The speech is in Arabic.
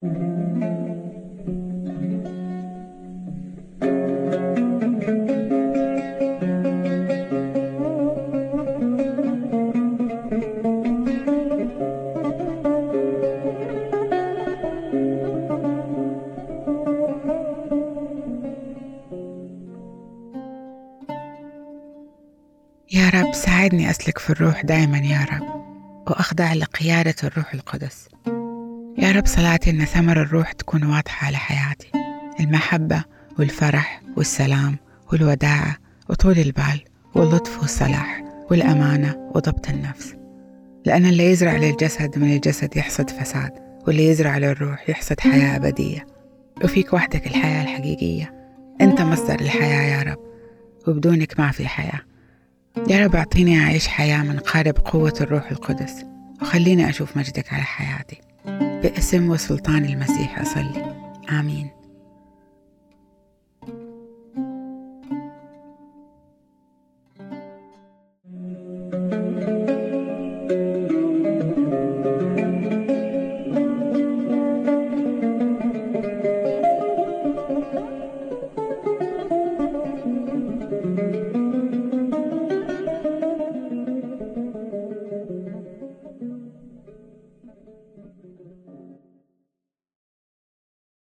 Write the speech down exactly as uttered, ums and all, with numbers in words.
يا رب ساعدني أسلك في الروح دائما يا رب، وأخضع لقيادة الروح القدس. يا رب صلاتي إن ثمر الروح تكون واضحة على حياتي، المحبة والفرح والسلام والوداعة وطول البال واللطف والصلاح والأمانة وضبط النفس. لأن اللي يزرع للجسد من الجسد يحصد فساد، واللي يزرع للروح يحصد حياة أبدية. وفيك وحدك الحياة الحقيقية، أنت مصدر الحياة يا رب، وبدونك ما في حياة. يا رب أعطيني أعيش حياة من قارب قوة الروح القدس، وخليني أشوف مجدك على حياتي. باسم وسلطان المسيح أصلي، آمين.